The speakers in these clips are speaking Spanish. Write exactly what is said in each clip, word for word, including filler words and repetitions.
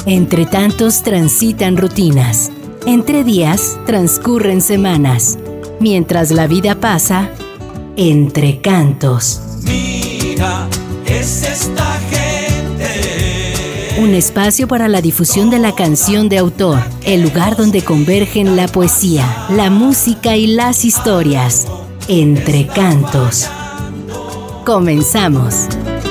Entre tantos transitan rutinas. Entre días transcurren semanas. Mientras la vida pasa, entre cantos. Mira, es esta gente. Un espacio para la difusión de la canción de autor. El lugar donde convergen la poesía, la música y las historias. Entre cantos. Comenzamos.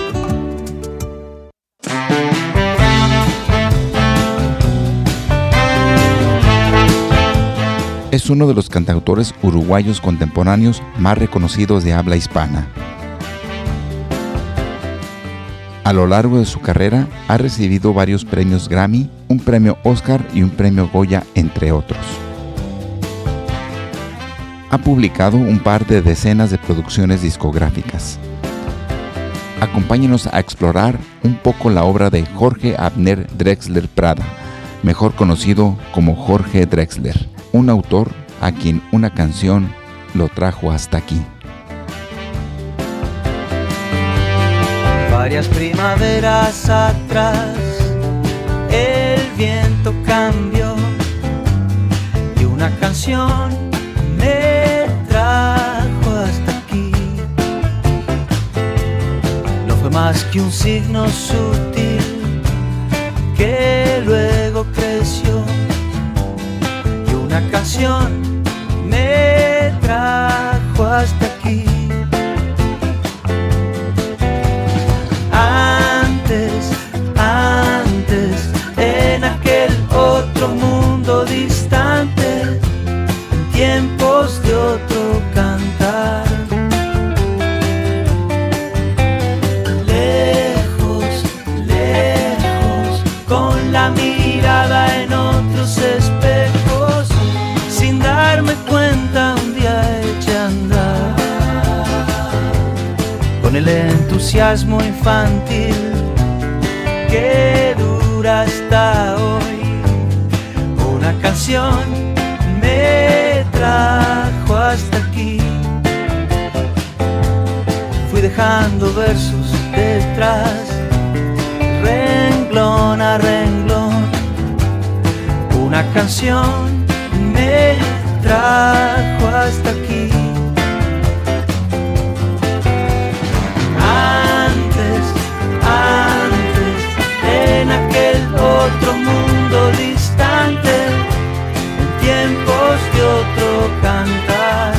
Es uno de los cantautores uruguayos contemporáneos más reconocidos de habla hispana. A lo largo de su carrera ha recibido varios premios Grammy, un premio Oscar y un premio Goya, entre otros. Ha publicado un par de decenas de producciones discográficas. Acompáñenos a explorar un poco la obra de Jorge Abner Drexler Prada, mejor conocido como Jorge Drexler, un autor a quien una canción lo trajo hasta aquí. Varias primaveras atrás, el viento cambió y una canción me trajo hasta aquí. No fue más que un signo sutil que luego creció. Una canción me trajo hasta aquí. Antes, antes, en aquel otro mundo distante, en tiempos de otro cantar. Lejos, lejos, con la mirada en otros espejos. Sin darme cuenta un día eché a andar con el entusiasmo infantil que dura hasta hoy. Una canción me trajo hasta aquí. Fui dejando versos detrás, renglón a renglón. Una canción me trajo hasta aquí. Antes, antes, en aquel otro mundo distante, en tiempos de otro cantar.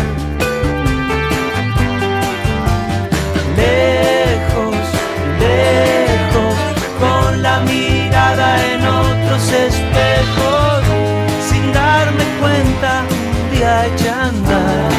Lejos, lejos, con la mirada en otros espejos. Sin darme cuenta, un día eché a andar.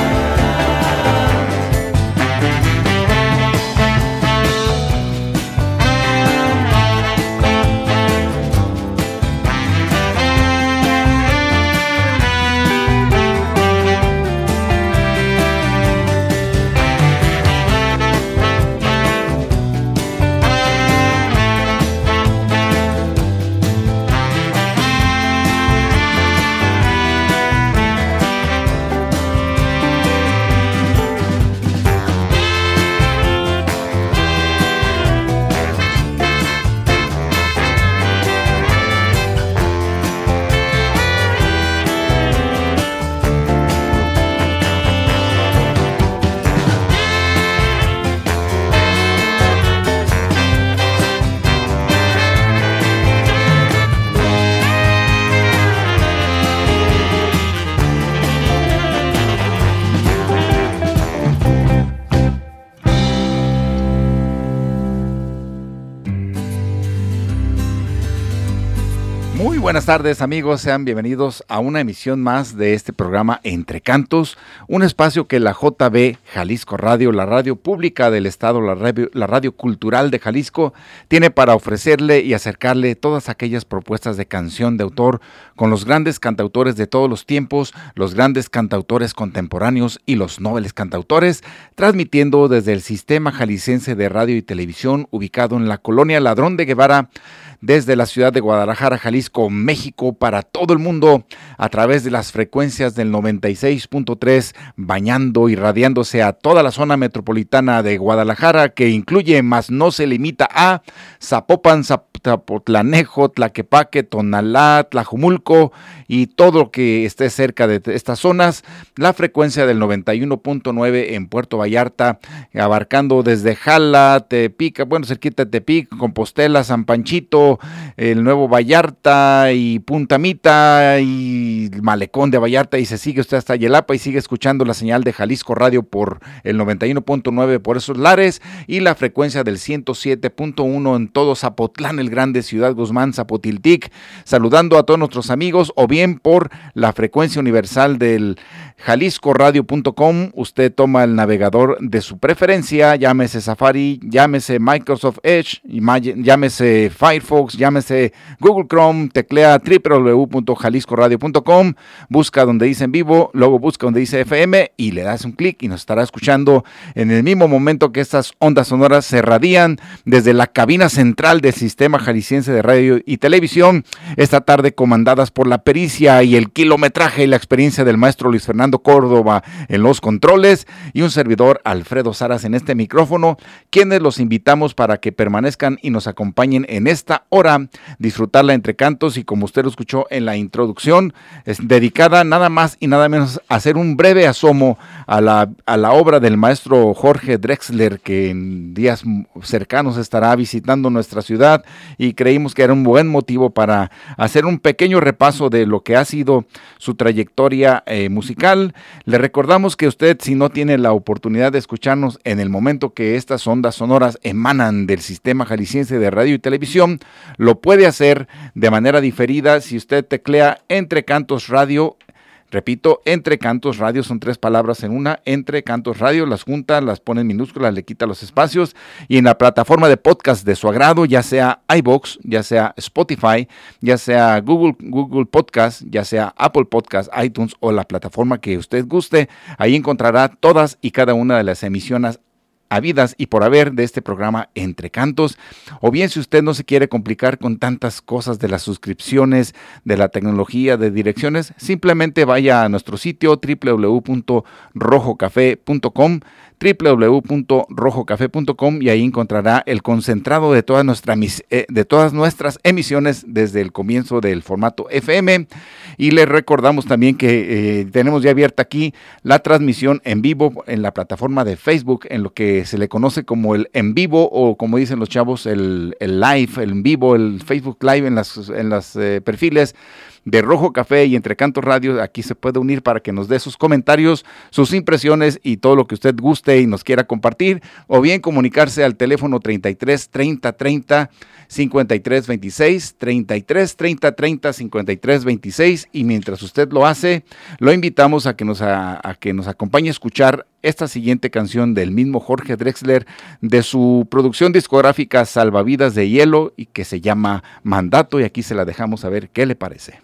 Buenas tardes, amigos, sean bienvenidos a una emisión más de este programa Entre Cantos, un espacio que la J B Jalisco Radio, la radio pública del estado, la radio, la radio cultural de Jalisco, tiene para ofrecerle y acercarle todas aquellas propuestas de canción de autor con los grandes cantautores de todos los tiempos, los grandes cantautores contemporáneos y los nobles cantautores, transmitiendo desde el Sistema Jalisciense de Radio y Televisión, ubicado en la colonia Ladrón de Guevara, desde la ciudad de Guadalajara, Jalisco, México, para todo el mundo a través de las frecuencias del noventa y seis punto tres, bañando y radiándose a toda la zona metropolitana de Guadalajara, que incluye, mas no se limita a Zapopan, Zapotlanejo, Tlaquepaque, Tonalá, Tlajumulco y todo lo que esté cerca de estas zonas. La frecuencia del noventa y uno punto nueve en Puerto Vallarta, abarcando desde Jala, Tepic, bueno, cerquita de Tepic, Compostela, San Panchito, el Nuevo Vallarta y Punta Mita y Malecón de Vallarta, y se sigue usted hasta Yelapa y sigue escuchando la señal de Jalisco Radio por el noventa y uno punto nueve por esos lares, y la frecuencia del ciento siete punto uno en todo Zapotlán el Grande, Ciudad Guzmán, Zapotiltic, saludando a todos nuestros amigos, o bien por la frecuencia universal del jalisco radio punto com. Usted toma el navegador de su preferencia, llámese Safari, llámese Microsoft Edge, llámese Firefox, llámese Google Chrome, teclea doble u doble u doble u punto jalisco radio punto com, busca donde dice en vivo, luego busca donde dice F M y le das un clic y nos estará escuchando en el mismo momento que estas ondas sonoras se radian desde la cabina central del Sistema Jalisciense de Radio y Televisión, esta tarde comandadas por la pericia y el kilometraje y la experiencia del maestro Luis Fernando Córdoba en los controles y un servidor Alfredo Saras en este micrófono, quienes los invitamos para que permanezcan y nos acompañen en esta hora, disfrutarla entre cantos, y como usted lo escuchó en la introducción, es dedicada nada más y nada menos a hacer un breve asomo a la, a la obra del maestro Jorge Drexler, que en días cercanos estará visitando nuestra ciudad, y creímos que era un buen motivo para hacer un pequeño repaso de lo que ha sido su trayectoria eh, musical. Le recordamos que usted, si no tiene la oportunidad de escucharnos en el momento que estas ondas sonoras emanan del Sistema Jalisciense de Radio y Televisión, lo puede hacer de manera diferida si usted teclea Entre Cantos Radio. Repito, Entre Cantos Radio, son tres palabras en una, Entre Cantos Radio, las junta, las pone en minúsculas, le quita los espacios, y en la plataforma de podcast de su agrado, ya sea iVoox, ya sea Spotify, ya sea Google, Google Podcast, ya sea Apple Podcast, iTunes o la plataforma que usted guste, ahí encontrará todas y cada una de las emisiones habidas y por haber de este programa Entre Cantos. O bien, si usted no se quiere complicar con tantas cosas de las suscripciones, de la tecnología, de direcciones, simplemente vaya a nuestro sitio doble u doble u doble u punto rojo café punto com, doble u doble u doble u punto rojo café punto com, y ahí encontrará el concentrado de todas, nuestra, de todas nuestras emisiones desde el comienzo del formato F M. Y les recordamos también que eh, tenemos ya abierta aquí la transmisión en vivo en la plataforma de Facebook, en lo que se le conoce como el en vivo, o como dicen los chavos, el, el live, el en vivo, el Facebook Live en las, en las eh, perfiles de Rojo Café y Entre Cantos Radio. Aquí se puede unir para que nos dé sus comentarios, sus impresiones y todo lo que usted guste y nos quiera compartir, o bien comunicarse al teléfono treinta y tres, treinta, treinta, cincuenta y tres veintiséis, treinta y tres, treinta, treinta, cincuenta y tres veintiséis, y mientras usted lo hace, lo invitamos a que nos, a, a que nos acompañe a escuchar esta siguiente canción del mismo Jorge Drexler, de su producción discográfica Salvavidas de Hielo, y que se llama Mandato, y aquí se la dejamos a ver qué le parece.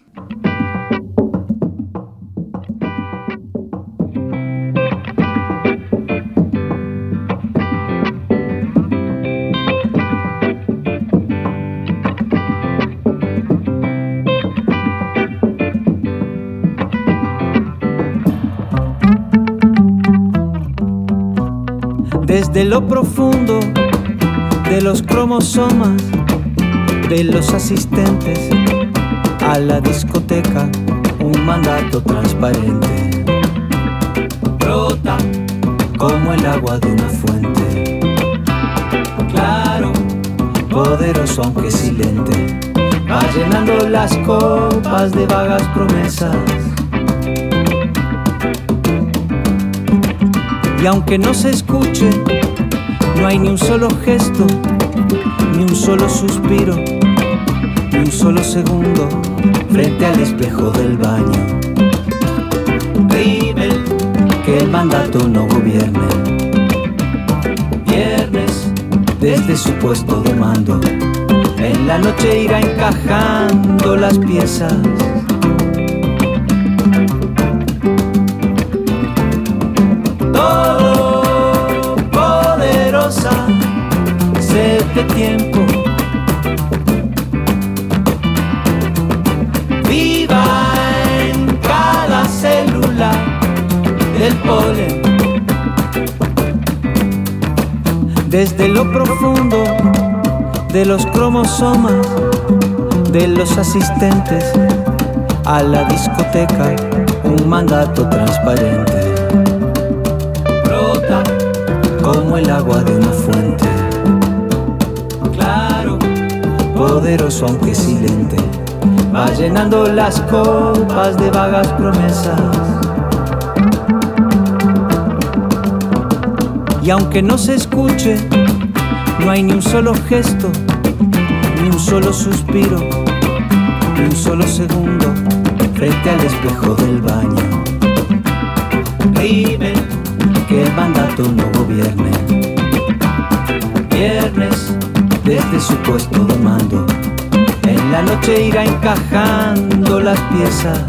Desde lo profundo de los cromosomas de los asistentes a la discoteca, un mandato transparente brota como el agua de una fuente, claro, poderoso aunque silente, va llenando las copas de vagas promesas. Y aunque no se escuche, no hay ni un solo gesto, ni un solo suspiro, ni un solo segundo frente al espejo del baño. Rímel, que el mandato no gobierne. Viernes, desde su puesto de mando, en la noche irá encajando las piezas. Todopoderosa, sed de tiempo, polen. Desde lo profundo de los cromosomas de los asistentes a la discoteca, un mandato transparente brota como el agua de una fuente, claro, poderoso aunque silente, va llenando las copas de vagas promesas. Y aunque no se escuche, no hay ni un solo gesto, ni un solo suspiro, ni un solo segundo frente al espejo del baño. Vive que el mandato no gobierne. Viernes desde su puesto de mando, en la noche irá encajando las piezas.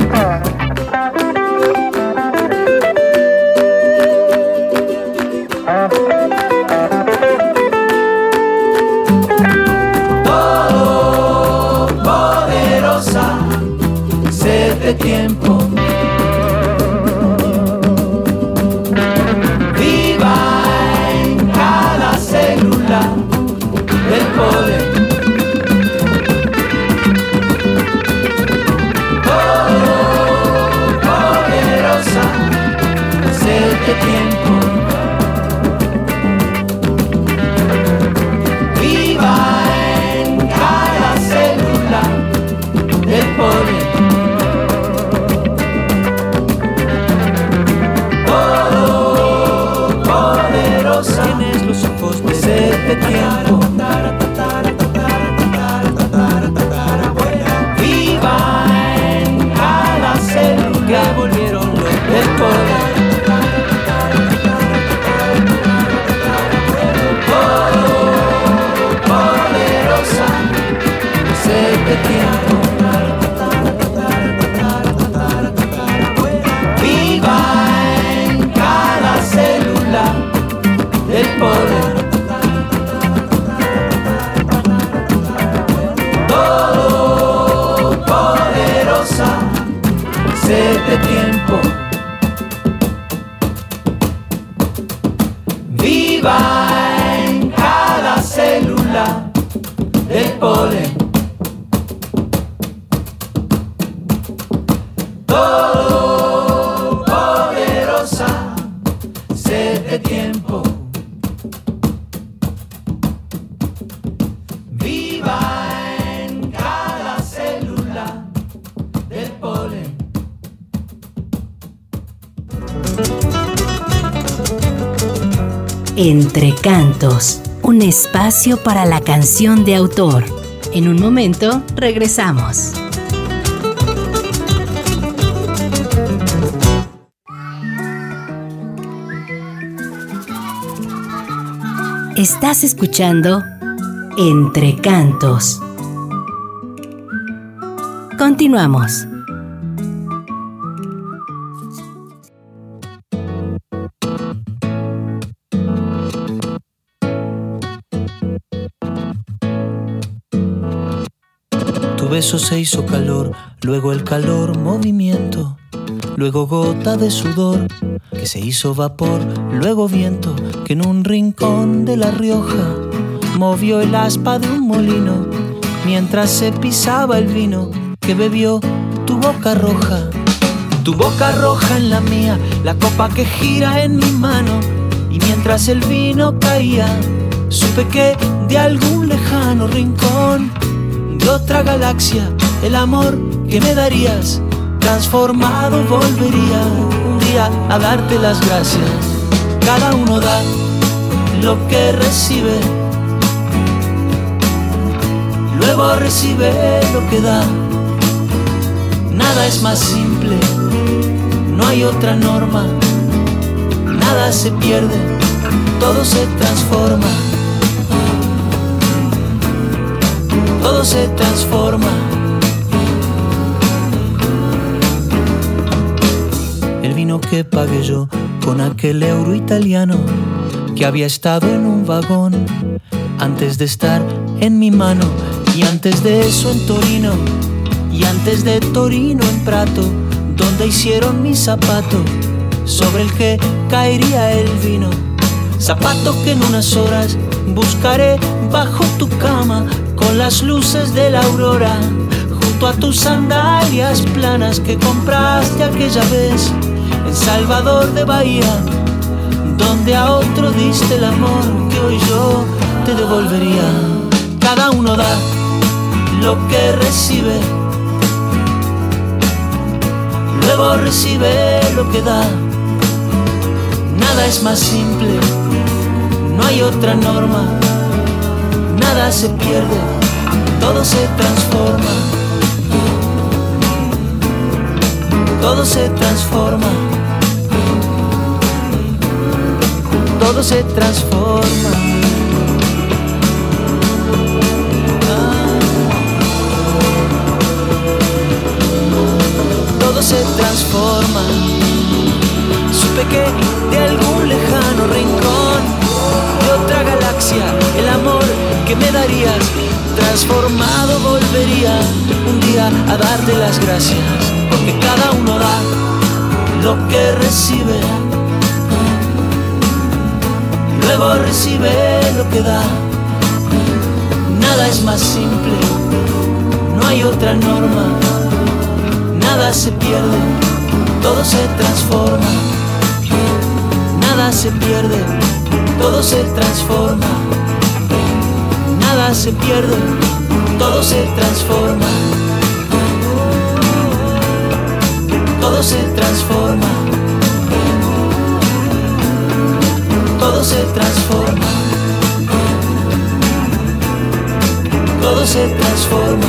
De tiempo, viva en cada célula del polen. Oh, poderosa sed de tiempo, viva en cada célula del polen. Tienes los ojos de sed de tiempo. Viva en cada célula que volvieron los del poder. Oh, poderosa sed de tiempo. Viva en cada célula del poder. Oh, poderosa sed de tiempo. Viva en cada célula del polen. Oh, poderosa sed de tiempo. Entre Cantos, un espacio para la canción de autor. En un momento, regresamos. Estás escuchando Entre Cantos. Continuamos. Tu beso se hizo calor, luego el calor movimiento, luego gota de sudor que se hizo vapor, luego viento que en un rincón de La Rioja movió el aspa de un molino mientras se pisaba el vino que bebió tu boca roja. Tu boca roja en la mía, la copa que gira en mi mano, y mientras el vino caía supe que de algún lejano rincón de otra galaxia el amor que me darías transformado volvería un día a darte las gracias. Cada uno da lo que recibe, luego recibe lo que da. Nada es más simple, no hay otra norma. Nada se pierde, todo se transforma. Todo se transforma. El vino que pagué yo con aquel euro italiano que había estado en un vagón antes de estar en mi mano, y antes de eso en Torino, y antes de Torino en Prato, donde hicieron mi zapato, sobre el que caería el vino. Zapato que en unas horas buscaré bajo tu cama, con las luces de la aurora, junto a tus sandalias planas que compraste aquella vez en Salvador de Bahía, donde a otro diste el amor que hoy yo te devolvería. Cada uno da lo que recibe, luego recibe lo que da. Nada es más simple, no hay otra norma. Nada se pierde, todo se transforma. Todo se transforma. Todo se transforma. Todo se transforma. Supe que de algún lejano rincón de otra galaxia el amor que me darías transformado volvería un día a darte las gracias, porque cada uno da lo que recibe, luego recibe lo que da. Nada es más simple, no hay otra norma. Nada se pierde, todo se transforma. Nada se pierde, todo se transforma. Nada se pierde, todo se transforma. Todo se transforma. Todo se transforma. Todo se transforma.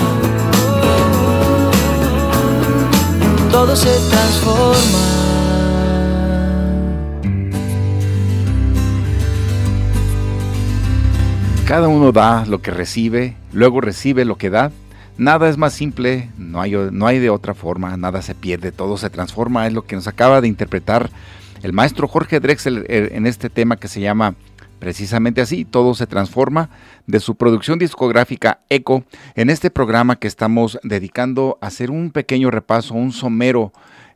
Todo se transforma. Cada uno da lo que recibe, luego recibe lo que da. Nada es más simple, no hay, no hay de otra forma, nada se pierde, todo se transforma. Es lo que nos acaba de interpretar el maestro Jorge Drexler en este tema que se llama precisamente así, Todo se transforma, de su producción discográfica Eco, en este programa que estamos dedicando a hacer un pequeño repaso, un somero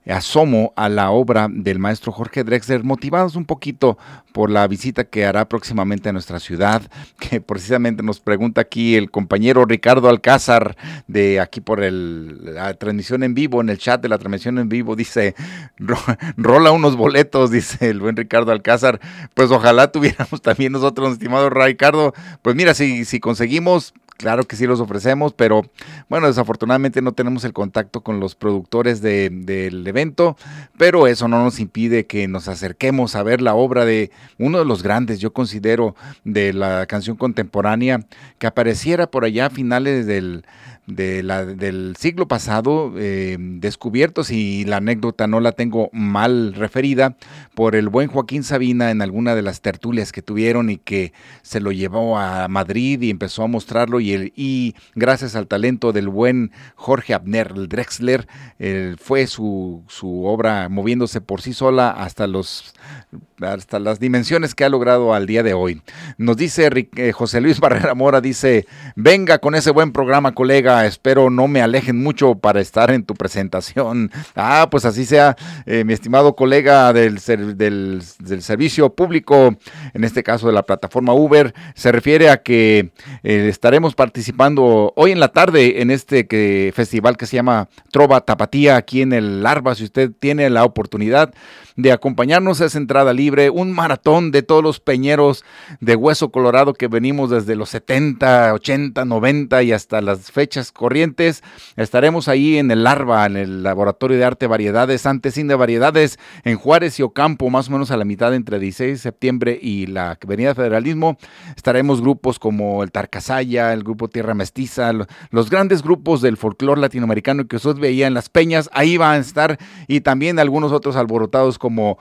asomo a la obra del maestro Jorge Drexler, motivados un poquito por la visita que hará próximamente a nuestra ciudad, que precisamente nos pregunta aquí el compañero Ricardo Alcázar, de aquí por el, la transmisión en vivo, en el chat de la transmisión en vivo, dice, ro, rola unos boletos, dice el buen Ricardo Alcázar. Pues ojalá tuviéramos también nosotros, estimado Ricardo, pues mira, si, si conseguimos, claro que sí los ofrecemos, pero bueno, desafortunadamente no tenemos el contacto con los productores de, del evento, pero eso no nos impide que nos acerquemos a ver la obra de uno de los grandes, yo considero, de la canción contemporánea, que apareciera por allá a finales del, de la, del siglo pasado, eh, descubiertos, y la anécdota no la tengo mal referida, por el buen Joaquín Sabina en alguna de las tertulias que tuvieron, y que se lo llevó a Madrid y empezó a mostrarlo, y, el, y gracias al talento del buen Jorge Abner Drexler, eh, fue su, su obra moviéndose por sí sola hasta los hasta las dimensiones que ha logrado al día de hoy. Nos dice eh, José Luis Barrera Mora, dice, venga con ese buen programa, colega, espero no me alejen mucho para estar en tu presentación. Ah, pues así sea, eh, mi estimado colega del, del, del servicio público, en este caso de la plataforma Uber, se refiere a que eh, estaremos participando hoy en la tarde en este que, festival que se llama Trova Tapatía, aquí en el Larva. Si usted tiene la oportunidad de acompañarnos, es entrada libre, un maratón de todos los peñeros de Hueso Colorado que venimos desde los setenta, ochenta, noventa y hasta las fechas corrientes. Estaremos ahí en el Larva, en el Laboratorio de Arte Variedades, antes Cine Variedades, en Juárez y Ocampo, más o menos a la mitad entre dieciséis de septiembre y la Avenida Federalismo. Estaremos grupos como el Tarcasaya, el grupo Tierra Mestiza, los grandes grupos del folclore latinoamericano que usted veía en las peñas, ahí van a estar, y también algunos otros alborotados como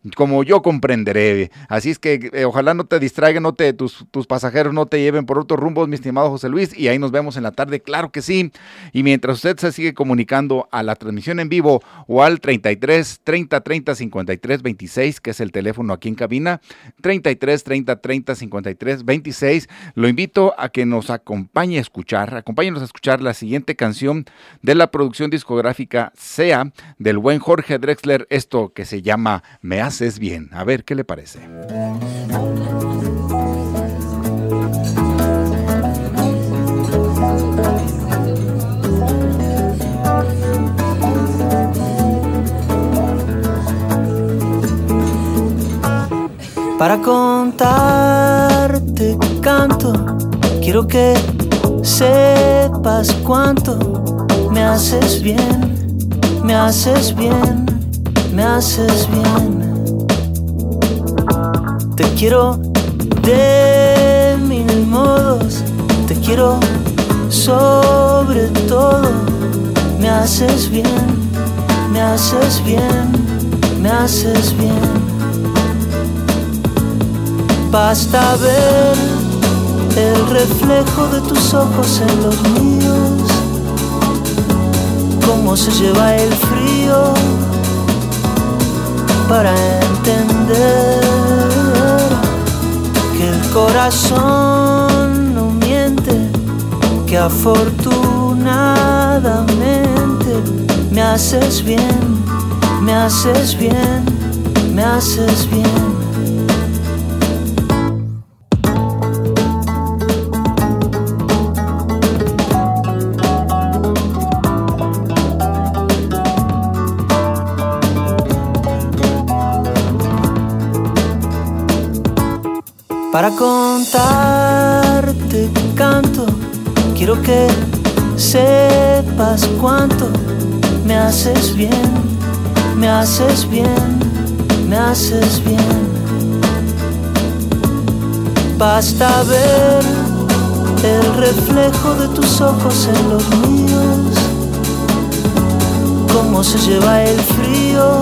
como yo comprenderé. Así es que eh, ojalá no te distraigan, no te, tus, tus pasajeros no te lleven por otros rumbos, mi estimado José Luis, y ahí nos vemos en la tarde, claro que sí. Y mientras usted se sigue comunicando a la transmisión en vivo o al treinta y tres, treinta, treinta, cincuenta y tres, veintiséis, que es el teléfono aquí en cabina, treinta y tres, treinta, treinta, cincuenta y tres, veintiséis, lo invito a que nos acompañe a escuchar, acompáñenos a escuchar la siguiente canción de la producción discográfica SEA del buen Jorge Drexler, esto que se llama Me Haces Bien. A ver, ¿qué le parece? Para contarte canto, quiero que sepas cuánto me haces bien, me haces bien, me haces bien. Te quiero de mil modos, te quiero sobre todo. Me haces bien, me haces bien, me haces bien. Basta ver el reflejo de tus ojos en los míos, cómo se lleva el frío para entender que el corazón no miente, que afortunadamente me haces bien, me haces bien, me haces bien. Para contarte canto, quiero que sepas cuánto me haces bien, me haces bien, me haces bien. Basta ver el reflejo de tus ojos en los míos, cómo se lleva el frío.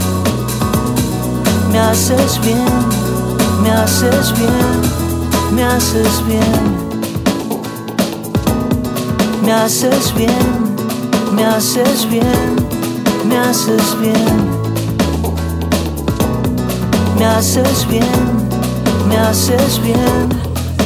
Me haces bien, me haces bien, me haces bien. Me haces bien, me haces bien, me haces bien. Me haces bien, me haces bien.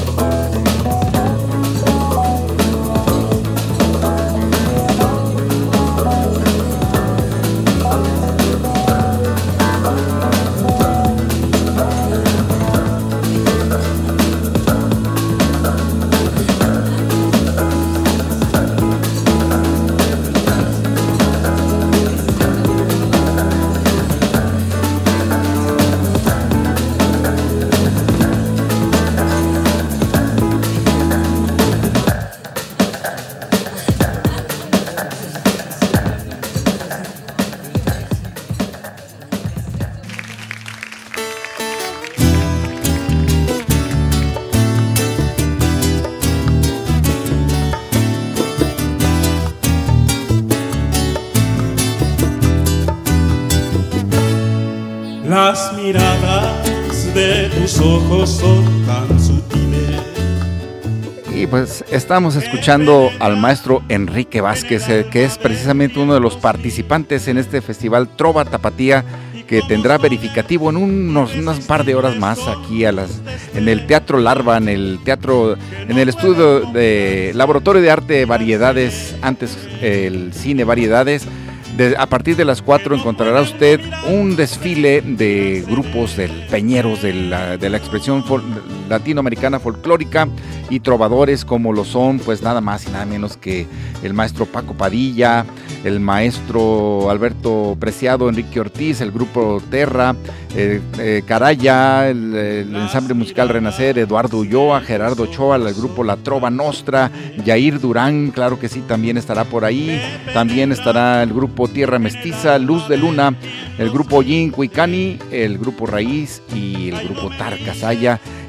Las miradas de tus ojos son tan sutiles. Y pues estamos escuchando al maestro Enrique Vázquez, eh, que es precisamente uno de los participantes en este festival Trova Tapatía, que tendrá verificativo en unos unas par de horas más aquí a las en el Teatro Larva, en el teatro, en el estudio de Laboratorio de Arte Variedades, antes el Cine Variedades. De, a partir de las cuatro encontrará usted un desfile de grupos del peñeros de la, de la expresión fol, latinoamericana folclórica y trovadores, como lo son pues nada más y nada menos que el maestro Paco Padilla, el maestro Alberto Preciado, Enrique Ortiz, el grupo Terra, eh, eh, Caraya, el, el ensamble musical Renacer, Eduardo Ulloa, Gerardo Ochoa, el grupo La Trova Nostra, Yair Durán, claro que sí, también estará por ahí. También estará el grupo Tierra Mestiza, Luz de Luna, el grupo Yin Cuicani, el grupo Raíz y el grupo Tarcasaya.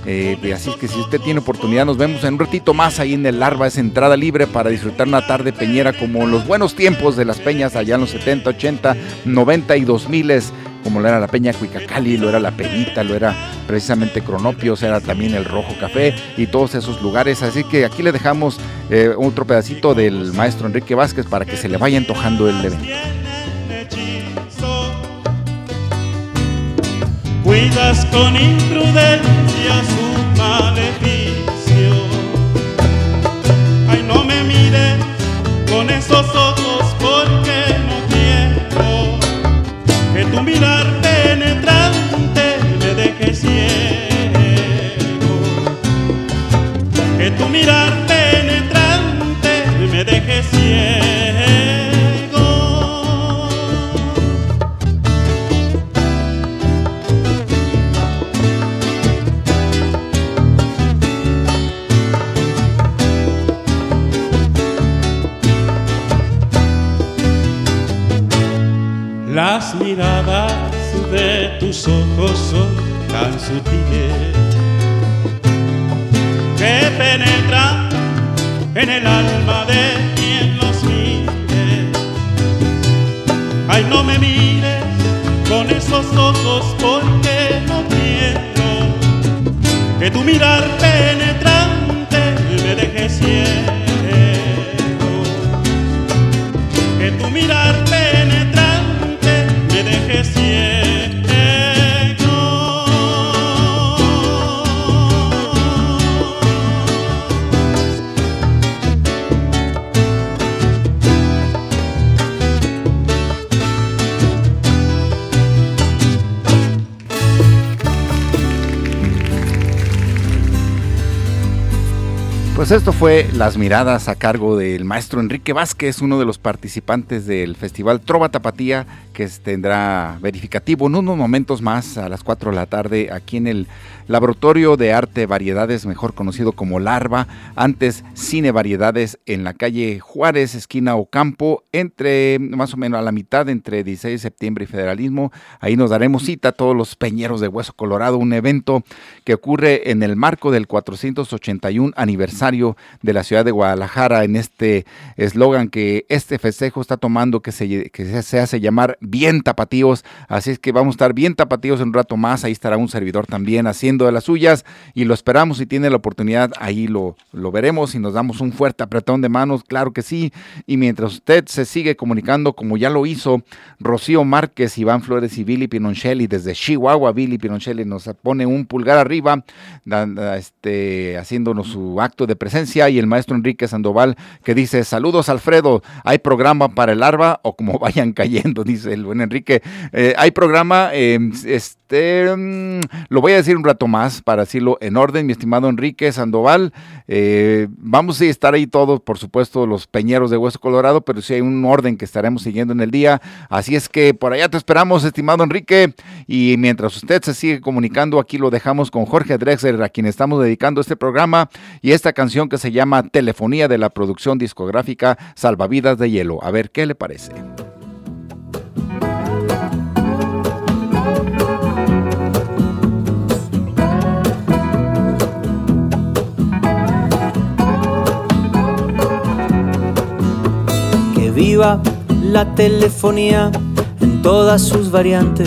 Eh, así es que si usted tiene oportunidad, nos vemos en un ratito más ahí en el Larva. Es entrada libre para disfrutar una tarde peñera como los buenos tiempos de las peñas allá en los setenta, ochenta, noventa y dos mil, como lo era la Peña Cuicacali, lo era la Peñita, lo era precisamente Cronopios, era también el Rojo Café y todos esos lugares. Así que aquí le dejamos eh, otro pedacito del maestro Enrique Vázquez para que se le vaya antojando el evento. Cuidas con imprudencia su maleficio. Ay, no me mires con esos ojos porque no quiero que tu mirar penetrante me deje ciego. Que tu mirar penetrante me deje ciego. Las miradas de tus ojos son tan sutiles que penetran en el alma de quien los mire. Ay, no me mires con esos ojos porque no quiero que tu mirar penetrante me deje ciego. Que tu mirar penetrante me deje ciego. Pues esto fue Las Miradas a cargo del maestro Enrique Vázquez, uno de los participantes del Festival Trova Tapatía, que tendrá verificativo en unos momentos más a las cuatro de la tarde aquí en el Laboratorio de Arte Variedades, mejor conocido como Larva, antes Cine Variedades, en la calle Juárez, esquina Ocampo, entre más o menos a la mitad entre dieciséis de septiembre y Federalismo. Ahí nos daremos cita a todos los peñeros de Hueso Colorado, un evento que ocurre en el marco del cuatrocientos ochenta y un aniversario de la ciudad de Guadalajara, en este eslogan que este festejo está tomando, que se, que se hace llamar Bien Tapatíos. Así es que vamos a estar bien tapatíos en un rato más. Ahí estará un servidor también haciendo de las suyas y lo esperamos. Si tiene la oportunidad, ahí lo, lo veremos y nos damos un fuerte apretón de manos, claro que sí. Y mientras usted se sigue comunicando, como ya lo hizo Rocío Márquez, Iván Flores y Billy Pinoncelli desde Chihuahua, Billy Pinoncelli nos pone un pulgar arriba, este, haciéndonos su acto de presencia, y el maestro Enrique Sandoval que dice: saludos Alfredo, ¿hay programa para el Larva o como vayan cayendo? Dice el buen Enrique. Eh, hay programa, eh, este, mmm, lo voy a decir un rato más para decirlo en orden, mi estimado Enrique Sandoval. Eh, vamos a estar ahí todos, por supuesto, los peñeros de Hueso Colorado, pero sí hay un orden que estaremos siguiendo en el día. Así es que por allá te esperamos, estimado Enrique. Y mientras usted se sigue comunicando, aquí lo dejamos con Jorge Drexler, a quien estamos dedicando este programa y esta canción que se llama Telefonía, de la producción discográfica Salvavidas de Hielo. A ver qué le parece. Que viva la telefonía en todas sus variantes.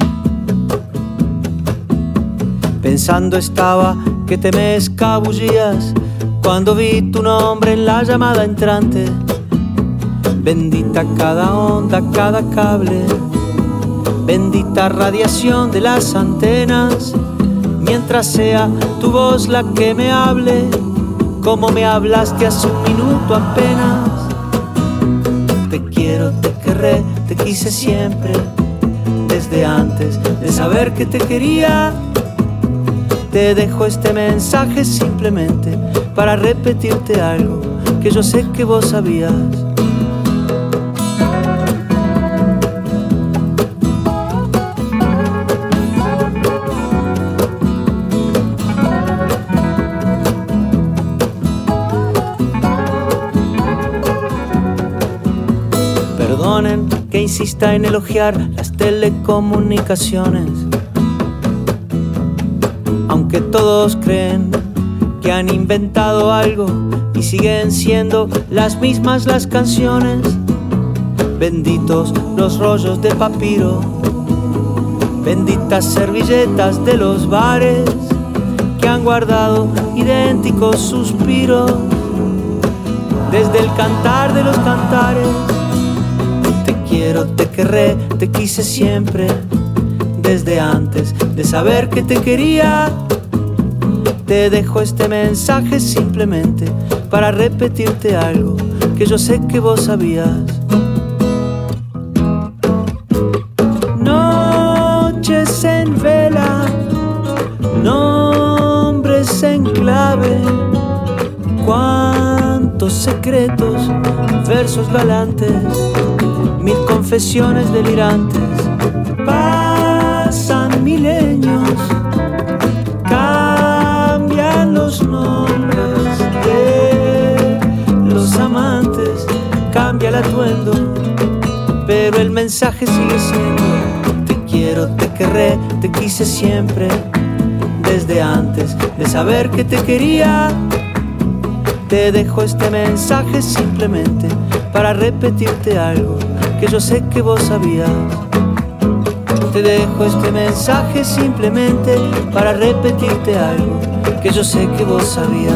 Pensando estaba que te me escabullías cuando vi tu nombre en la llamada entrante. Bendita cada onda, cada cable, bendita radiación de las antenas. Mientras sea tu voz la que me hable, como me hablaste hace un minuto apenas. Te quiero, te querré, te quise siempre, desde antes de saber que te quería. Te dejo este mensaje simplemente para repetirte algo que yo sé que vos sabías. Perdonen que insista en elogiar las telecomunicaciones. aunque todos creen que han inventado algo y siguen siendo las mismas las canciones. Benditos los rollos de papiro, benditas servilletas de los bares que han guardado idénticos suspiros desde el cantar de los cantares. Te quiero, te querré, te quise siempre, desde antes de saber que te quería. Te dejo este mensaje simplemente para repetirte algo que yo sé que vos sabías. Noches en vela, nombres en clave, cuántos secretos, versos galantes, mil confesiones delirantes. Pasan milenios, cambian los nombres de los amantes, cambia el atuendo, pero el mensaje sigue siendo: te quiero, te querré, te quise siempre, desde antes de saber que te quería. Te dejo este mensaje simplemente para repetirte algo que yo sé que vos sabías. Te dejo este mensaje simplemente para repetirte algo que yo sé que vos sabías.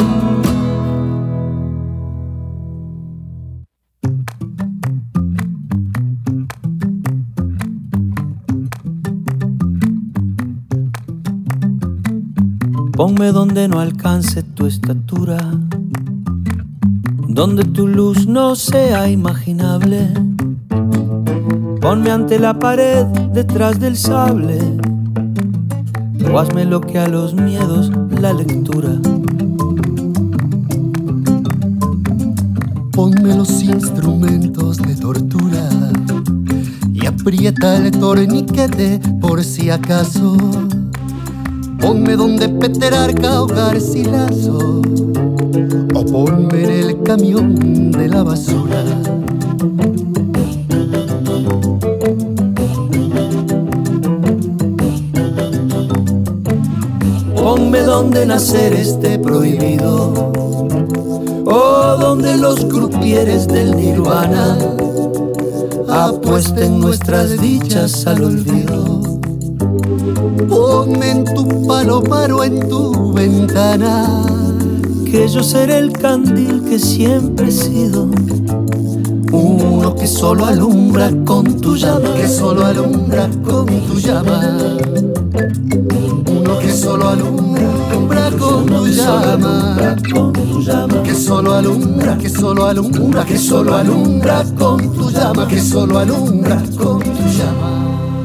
Ponme donde no alcance tu estatura, donde tu luz no sea imaginable. Ponme ante la pared, detrás del sable, o hazme lo que a los miedos la lectura. Ponme los instrumentos de tortura y aprieta el torniquete por si acaso. Ponme donde Petrarca o Garcilaso, o ponme en el camión de la basura. Ponme donde nacer esté prohibido, o donde los crupieres del nirvana apuesten nuestras dichas al olvido. Ponme en tu palomar o en tu ventana, que yo seré el candil que siempre he sido, uno que solo alumbra con tu llama, que solo alumbra con tu llama, uno que solo alumbra, alumbra con tu llama, que solo alumbra, que solo alumbra, que solo alumbra con tu llama, que solo alumbra con tu llama.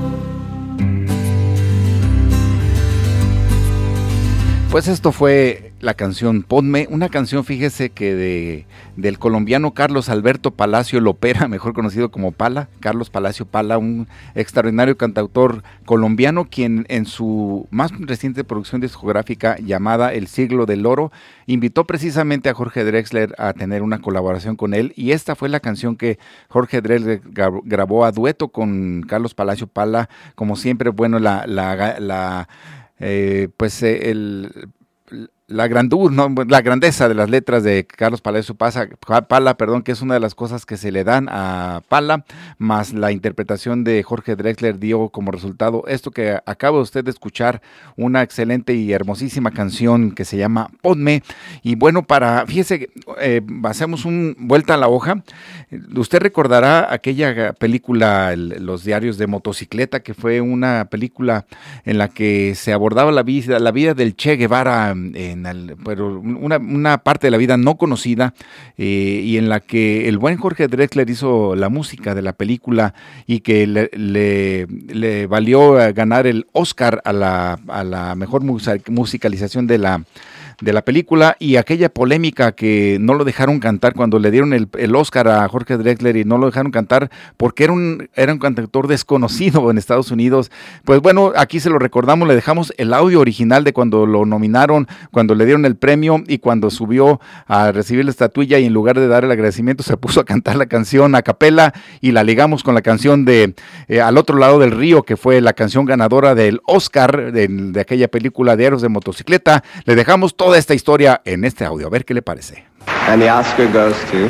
Pues esto fue la canción Ponme, una canción, fíjese que de, del colombiano Carlos Alberto Palacio Lopera, mejor conocido como Pala, Carlos Palacio Pala, un extraordinario cantautor colombiano, quien en su más reciente producción discográfica llamada El Siglo del Oro, invitó precisamente a Jorge Drexler a tener una colaboración con él, y esta fue la canción que Jorge Drexler grabó a dueto con Carlos Palacio Pala. Como siempre, bueno, la... la, la Eh, pues eh, el, la grandura, ¿no? La grandeza de las letras de Carlos Palacio Pasa, Pala, perdón, que es una de las cosas que se le dan a Pala, más la interpretación de Jorge Drexler dio como resultado esto que acaba usted de escuchar, una excelente y hermosísima canción que se llama Ponme. Y bueno, para, fíjese, eh, hacemos un vuelta a la hoja. Usted recordará aquella película, el, Los diarios de motocicleta, que fue una película en la que se abordaba la vida, la vida del Che Guevara, en el, pero una, una parte de la vida no conocida, eh, y en la que el buen Jorge Drexler hizo la música de la película y que le, le, le valió ganar el Oscar a la, a la mejor musicalización de la de la película, y aquella polémica que no lo dejaron cantar cuando le dieron el, el Oscar a Jorge Drexler y no lo dejaron cantar porque era un, era un cantautor desconocido en Estados Unidos. Pues bueno, aquí se lo recordamos, le dejamos el audio original de cuando lo nominaron, cuando le dieron el premio y cuando subió a recibir la estatuilla, y en lugar de dar el agradecimiento se puso a cantar la canción a capela, y la ligamos con la canción de eh, Al otro lado del río, que fue la canción ganadora del Oscar de, de aquella película de Diarios de Motocicleta. Le dejamos toda esta historia en este audio, a ver qué le parece. And the Oscar goes to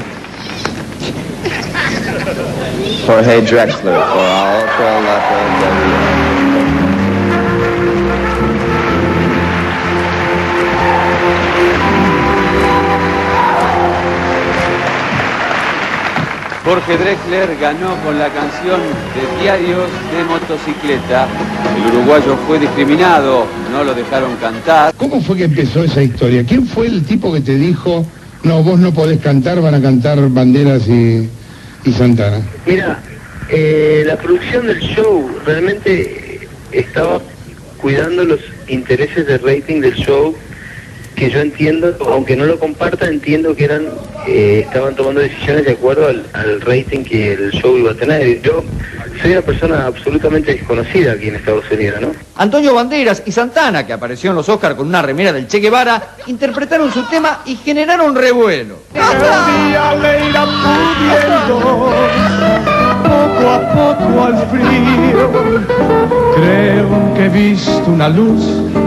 Jorge Drexler for A otro lado del río. Jorge Drexler ganó con la canción de Diarios de Motocicleta. El uruguayo fue discriminado, no lo dejaron cantar. ¿Cómo fue que empezó esa historia? ¿Quién fue el tipo que te dijo, no, vos no podés cantar, van a cantar Banderas y, y Santana? Mira, eh, la producción del show realmente estaba cuidando los intereses de rating del show, que yo entiendo, aunque no lo comparta, entiendo que eran eh, estaban tomando decisiones de acuerdo al, al rating que el show iba a tener. Yo soy una persona absolutamente desconocida aquí en Estados Unidos, ¿no? Antonio Banderas y Santana, que apareció en los Oscars con una remera del Che Guevara, interpretaron su tema y generaron revuelo. El día le irá pudiendo poco a poco al frío. Creo que he visto una luz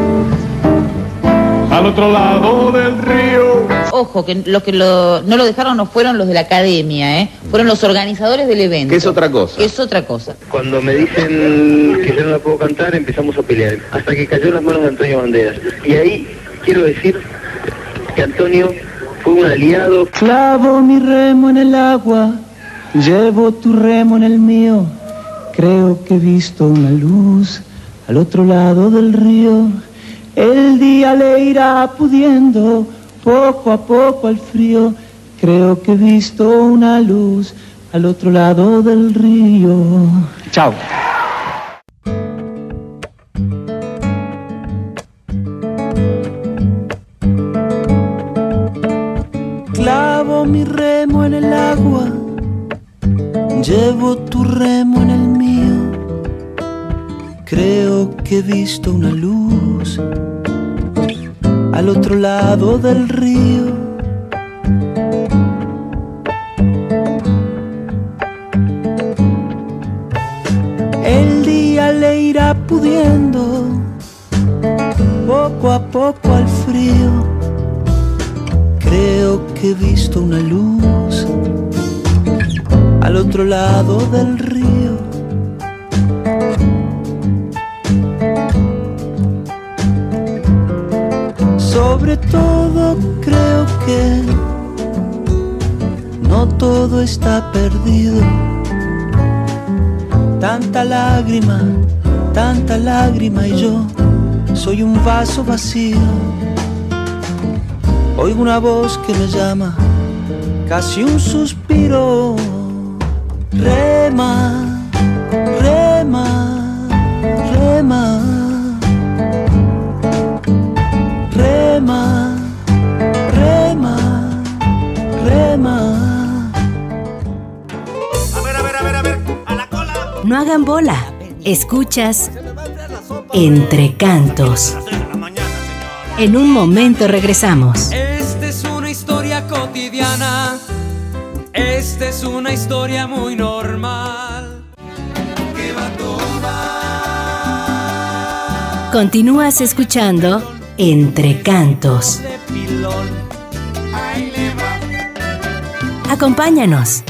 al otro lado del río. Ojo, que los que lo, no lo dejaron no fueron los de la academia, ¿eh? Fueron los organizadores del evento. ¿Qué es otra cosa? Que es otra cosa. Cuando me dicen que yo no la puedo cantar, empezamos a pelear, hasta que cayó en las manos de Antonio Banderas. Y ahí quiero decir que Antonio fue un aliado. Clavo mi remo en el agua, llevo tu remo en el mío. Creo que he visto una luz al otro lado del río. El día le irá pudiendo poco a poco al frío. Creo que he visto una luz al otro lado del río. Chao. Clavo mi remo en el agua, llevo tu remo en el mío. Creo que he visto una luz al otro lado del río. El día le irá pudiendo poco a poco al frío. Creo que he visto una luz al otro lado del río. Sobre todo creo que no todo está perdido. Tanta lágrima, tanta lágrima y yo soy un vaso vacío. Oigo una voz que me llama, casi un suspiro. Rema, rema, rema. Rema, rema, rema. A ver, a ver, a ver, a ver, a la cola. No hagan bola. Escuchas Entre Cantos. En un momento regresamos. Esta es una historia cotidiana. Esta es una historia muy normal. Que va a tomar. Continúas escuchando Entre Cantos. Acompáñanos.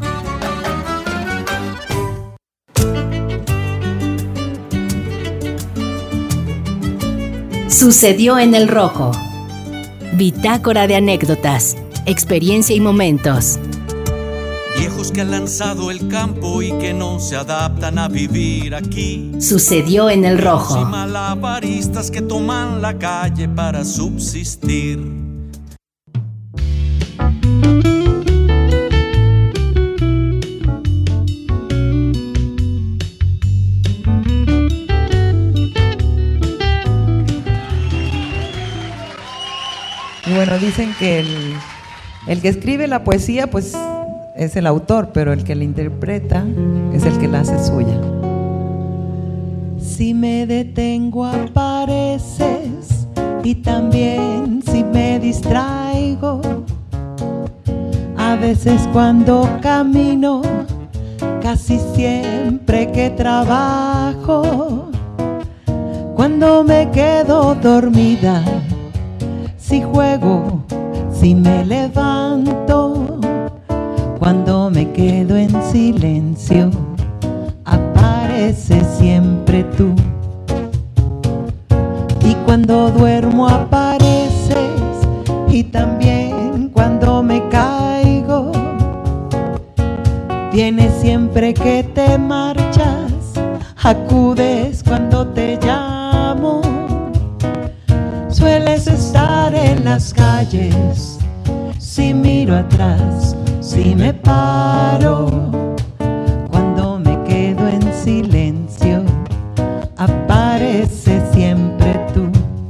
Sucedió en el Rojo. Bitácora de anécdotas, experiencia y momentos. Viejos que han lanzado el campo y que no se adaptan a vivir aquí. Sucedió en el Rojo. Y malabaristas que toman la calle para subsistir. dicen que el, el que escribe la poesía pues es el autor, pero el que la interpreta es el que la hace suya. Si me detengo apareces y también si me distraigo. A veces cuando camino, casi siempre que trabajo. Cuando me quedo dormida, si juego, si me levanto. Cuando me quedo en silencio, apareces siempre tú. Y cuando duermo apareces, y también cuando me caigo. Vienes siempre que te marchas, acudes cuando te llamo. Sueles estar en las calles, si miro atrás, si me paro. Cuando me quedo en silencio, apareces siempre tú.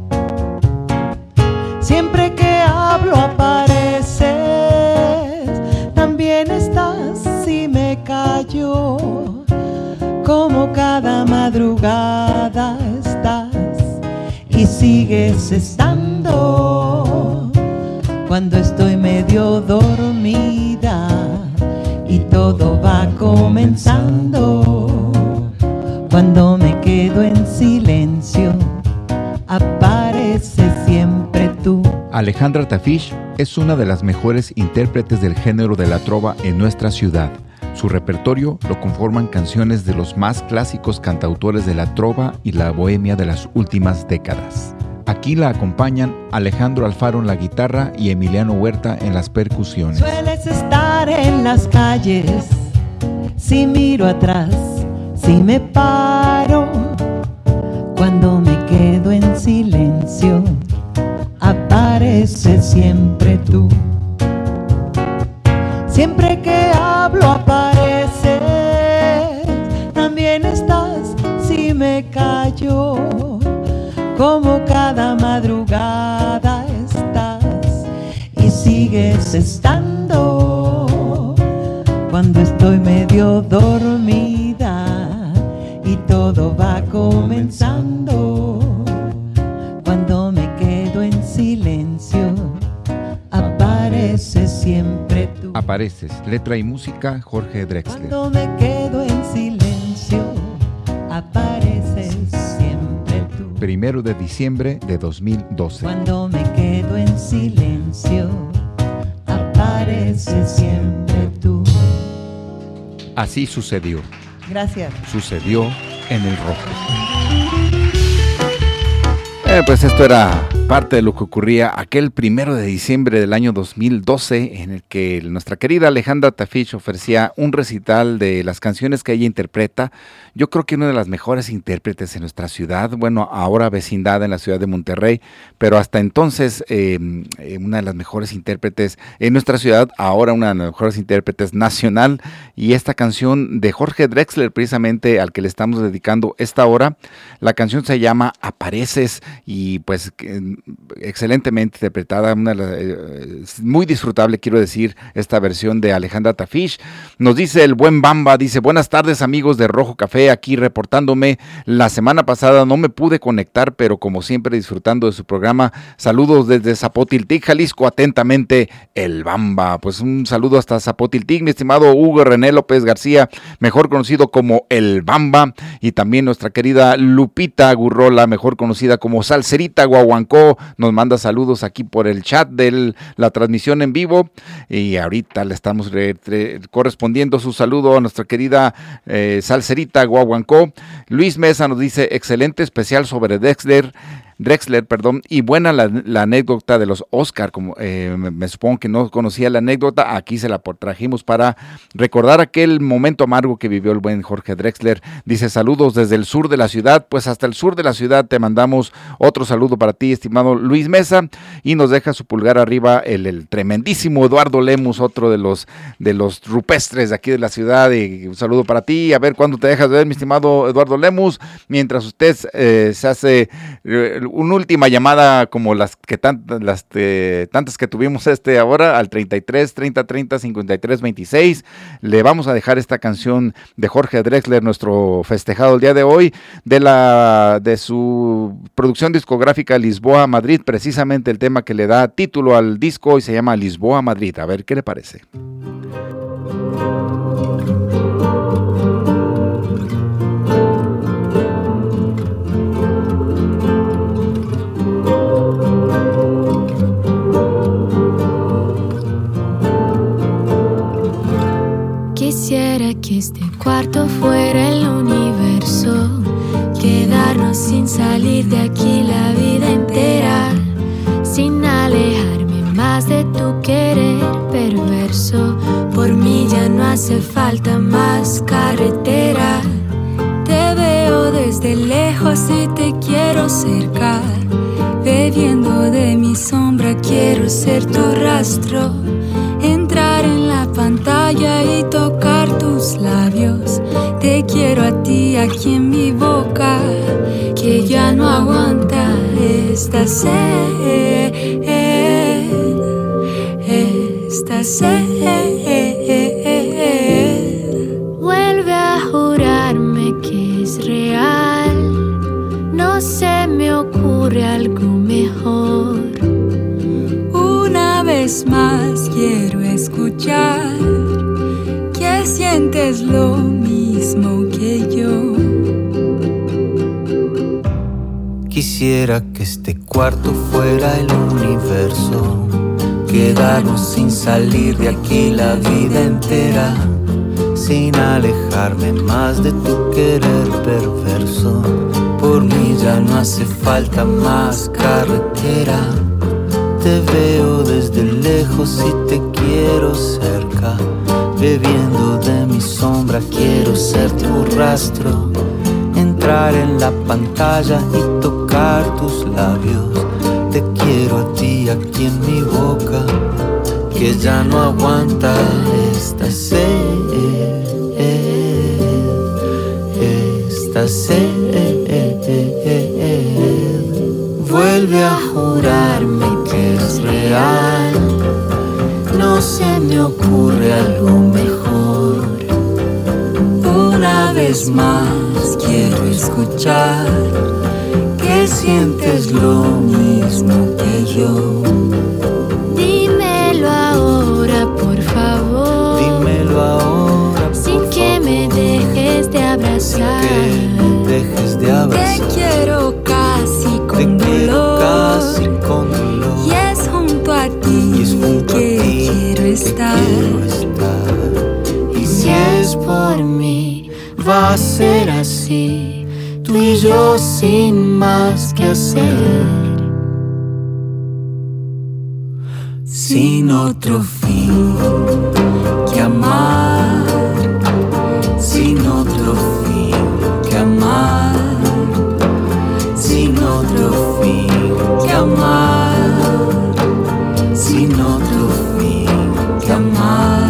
Siempre que hablo apareces, también estás si me callo. Como cada madrugada estás y sigues estando. Cuando estoy medio dormida y todo va comenzando. Cuando me quedo en silencio, apareces siempre tú. Alejandra Tafish es una de las mejores intérpretes del género de la trova en nuestra ciudad. Su repertorio lo conforman canciones de los más clásicos cantautores de la trova y la bohemia de las últimas décadas. Aquí la acompañan Alejandro Alfaro en la guitarra y Emiliano Huerta en las percusiones. Sueles estar en las calles, si miro atrás, si me paro. Cuando me quedo en silencio, apareces siempre tú. Siempre que hablo apareces, también estás si me callo. Como cada madrugada estás y sigues estando. Cuando estoy medio dormida y todo va comenzando. Cuando me quedo en silencio, apareces siempre tú. Apareces, letra y música, Jorge Drexler. Cuando me quedo en silencio, apareces siempre tú. Primero de diciembre de dos mil doce. Cuando me quedo en silencio, apareces siempre tú. Así sucedió. Gracias. Sucedió en el Rojo. Eh, pues esto era parte de lo que ocurría aquel primero de diciembre del año dos mil doce, en el que nuestra querida Alejandra Tafish ofrecía un recital de las canciones que ella interpreta. Yo creo que una de las mejores intérpretes en nuestra ciudad, bueno, ahora vecindad en la ciudad de Monterrey, pero hasta entonces eh, una de las mejores intérpretes en nuestra ciudad, ahora una de las mejores intérpretes nacional. Y esta canción de Jorge Drexler, precisamente al que le estamos dedicando esta hora, la canción se llama Apareces, y pues excelentemente interpretada, una, eh, muy disfrutable, quiero decir, esta versión de Alejandra Tafish. Nos dice el buen Bamba, dice: buenas tardes amigos de Rojo Café, aquí reportándome. La semana pasada no me pude conectar, pero como siempre disfrutando de su programa. Saludos desde Zapotiltic, Jalisco, atentamente el Bamba. Pues un saludo hasta Zapotiltic, mi estimado Hugo René López García, mejor conocido como el Bamba, y también nuestra querida Lupita Gurrola, mejor conocida como Salserita Guaguancó, nos manda saludos aquí por el chat de la transmisión en vivo, y ahorita le estamos re, re, correspondiendo su saludo a nuestra querida eh, Salserita Guaguancó. Luis Mesa nos dice: excelente especial sobre Drexler, Drexler, perdón, y buena la, la anécdota de los Oscar, como eh, me, me supongo que no conocía la anécdota, aquí se la trajimos para recordar aquel momento amargo que vivió el buen Jorge Drexler. Dice: saludos desde el sur de la ciudad. Pues hasta el sur de la ciudad te mandamos otro saludo para ti, estimado Luis Mesa, y nos deja su pulgar arriba el, el tremendísimo Eduardo Lemus, otro de los de los rupestres de aquí de la ciudad, y un saludo para ti. A ver cuándo te dejas de ver, mi estimado Eduardo Lemus, mientras usted eh, se hace eh, una última llamada como las que tantas, las eh, tantas que tuvimos este ahora al treinta y tres, treinta, treinta, cincuenta y tres, veintiséis. Le vamos a dejar esta canción de Jorge Drexler, nuestro festejado el día de hoy, de la de su producción discográfica Lisboa Madrid, precisamente el tema que le da título al disco y se llama Lisboa Madrid. A ver qué le parece. Quisiera que este cuarto fuera el universo, quedarnos sin salir de aquí la vida entera, sin alejarme más de tu querer perverso. Por mí ya no hace falta más carretera. Te veo desde lejos y te quiero cerca, bebiendo de mi sombra quiero ser tu rastro. Entrar en la pantalla y tocar tus labios. Te quiero a ti aquí en mi boca, que ya no aguanta esta sed, esta sed. Vuelve a jurarme que es real, no se me ocurre algo mejor. Una vez más quiero escuchar que sientes lo mismo que yo. Quisiera que este cuarto fuera el universo, quedarnos sin salir de aquí la vida entera, sin alejarme más de tu querer perverso. Por mí ya no hace falta más carretera. Te veo desde lejos y te quiero cerca, bebiendo de mi sombra quiero ser tu rastro. Entrar en la pantalla y tocar tus labios. Te quiero a ti aquí en mi boca, que ya no aguanta esta sed, esta sed. Vuelve a jurarme que es real, no se me ocurre algo mejor. Una vez más quiero escuchar que sientes lo mismo que yo. Dímelo ahora, por favor. Dímelo ahora, sin por que favor. me dejes de abrazar. Sin que me dejes de abrazar. Te quiero casi con Te dolor. quiero casi con dolor. Y es junto a ti, y es junto que, a ti quiero estar. que quiero estar. Y si es por mí, va a ser así, tú y yo sin más que hacer, sin otro fin que amar, sin otro fin que amar, sin otro fin que amar, sin otro fin que amar.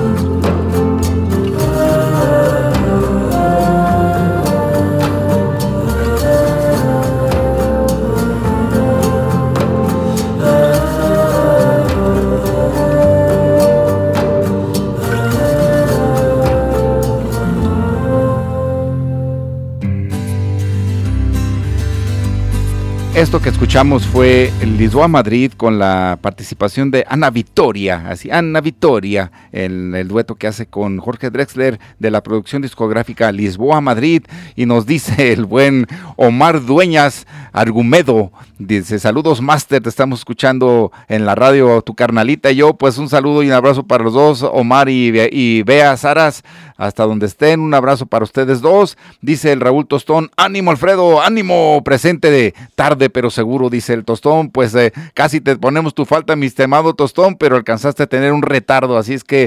Esto que escuchamos fue Lisboa Madrid con la participación de Ana Victoria, así Ana Victoria, el, el dueto que hace con Jorge Drexler de la producción discográfica Lisboa Madrid. Y nos dice el buen Omar Dueñas Argumedo, dice: saludos Master, te estamos escuchando en la radio, tu carnalita y yo. Pues un saludo y un abrazo para los dos, Omar y, y Bea Saras, hasta donde estén, un abrazo para ustedes dos. Dice el Raúl Tostón: ánimo Alfredo, ánimo, presente de tarde pero seguro, dice el Tostón. Pues eh, casi te ponemos tu falta, mi estimado Tostón, pero alcanzaste a tener un retardo, así es que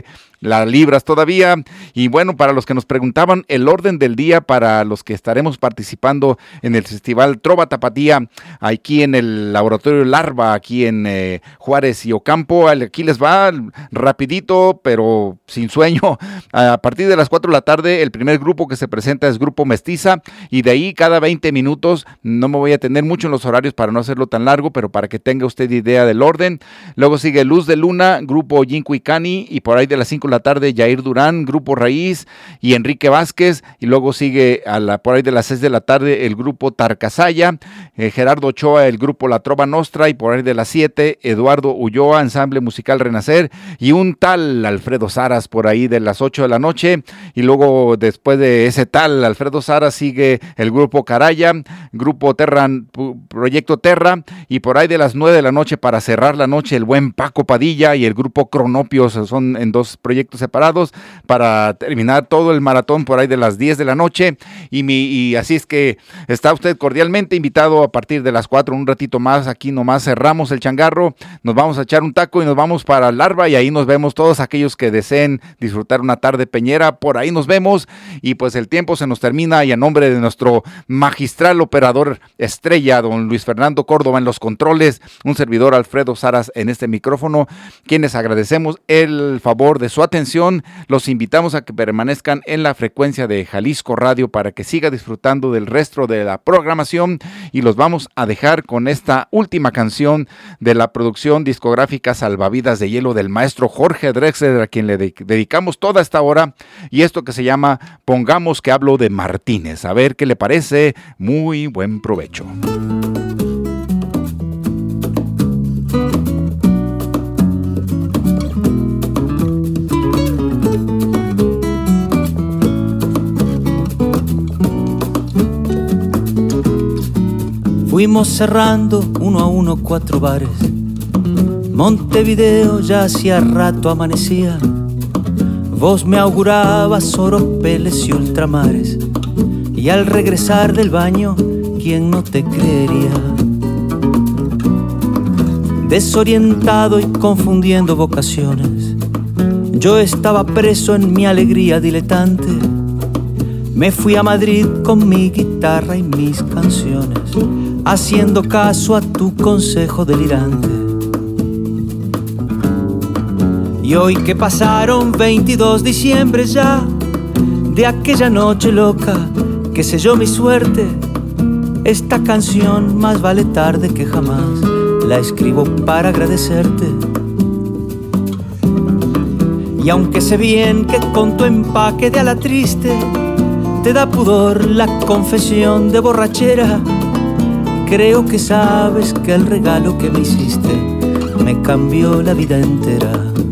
la libras todavía. Y bueno, para los que nos preguntaban el orden del día para los que estaremos participando en el Festival Trova Tapatía, aquí en el Laboratorio Larva, aquí en eh, Juárez y Ocampo. Aquí les va rapidito, pero sin sueño. A partir de las cuatro de la tarde, el primer grupo que se presenta es Grupo Mestiza, y de ahí cada veinte minutos, no me voy a tener mucho en los horarios para no hacerlo tan largo, pero para que tenga usted idea del orden. Luego sigue Luz de Luna, Grupo Yinco y Cani, y por ahí de las cinco de la tarde, Yair Durán, Grupo Raíz y Enrique Vázquez, y luego sigue a la, por ahí de las seis de la tarde, el Grupo Tarcasaya, eh, Gerardo Ochoa, el Grupo La Trova Nostra, y por ahí de las siete, Eduardo Ulloa, Ensamble Musical Renacer, y un tal Alfredo Saras por ahí de las ocho de la noche, y luego después de ese tal Alfredo Saras sigue el Grupo Caraya, Grupo Terra, Proyecto Terra, y por ahí de las nueve de la noche, para cerrar la noche, el buen Paco Padilla y el Grupo Cronopios, son en dos proyectos separados, para terminar todo el maratón por ahí de las diez de la noche, y, mi, y así es que está usted cordialmente invitado a partir de las cuatro, un ratito más, aquí nomás cerramos el changarro, nos vamos a echar un taco y nos vamos para Larva, y ahí nos vemos todos aquellos que deseen disfrutar una tarde peñera, por ahí nos vemos, y pues el tiempo se nos termina, y a nombre de nuestro magistral operador estrella, don Luis Fernando Córdoba en los controles, un servidor Alfredo Saras en este micrófono, quienes agradecemos el favor de su atención, los invitamos a que permanezcan en la frecuencia de Jalisco Radio para que siga disfrutando del resto de la programación, y los vamos a dejar con esta última canción de la producción discográfica Salvavidas de Hielo del maestro Jorge Drexler, a quien le de- dedicamos toda esta hora, y esto que se llama Pongamos que hablo de Martínez. A ver qué le parece. Muy buen provecho. Fuimos cerrando uno a uno cuatro bares. Montevideo ya hacía rato amanecía. Vos me augurabas oropeles y ultramares, y al regresar del baño, ¿quién no te creería? Desorientado y confundiendo vocaciones, yo estaba preso en mi alegría diletante. Me fui a Madrid con mi guitarra y mis canciones, haciendo caso a tu consejo delirante. Y hoy que pasaron veintidós diciembres ya de aquella noche loca que selló mi suerte, esta canción más vale tarde que jamás, la escribo para agradecerte. Y aunque sé bien que con tu empaque de ala triste te da pudor la confesión de borrachera, creo que sabes que el regalo que me hiciste me cambió la vida entera.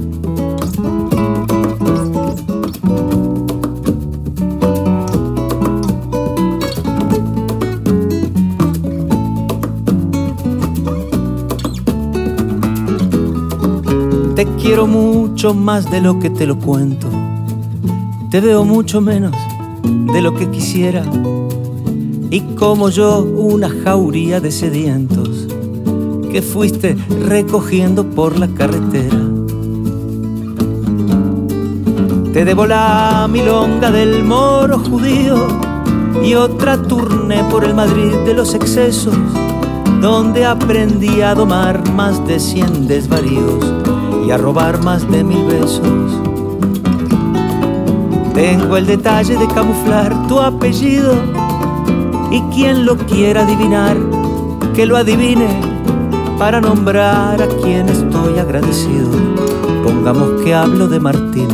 Te quiero mucho más de lo que te lo cuento. Te veo mucho menos de lo que quisiera. Y como yo, una jauría de sedientos que fuiste recogiendo por la carretera. Te debo la milonga del moro judío y otra turné por el Madrid de los excesos, donde aprendí a domar más de cien desvaríos y a robar más de mil besos. Tengo el detalle de camuflar tu apellido, y quien lo quiera adivinar, que lo adivine, para nombrar a quien estoy agradecido. Pongamos que hablo de Martínez.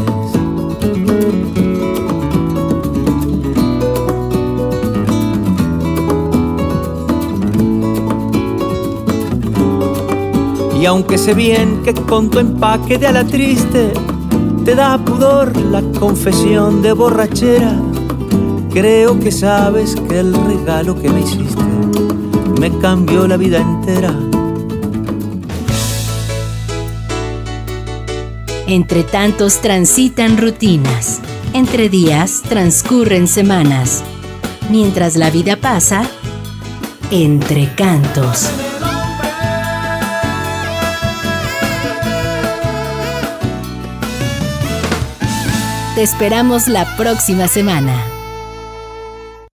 Y aunque sé bien que con tu empaque de ala triste te da pudor la confesión de borrachera, creo que sabes que el regalo que me hiciste me cambió la vida entera. Entre tantos transitan rutinas, entre días transcurren semanas, mientras la vida pasa, entre cantos. Te esperamos la próxima semana.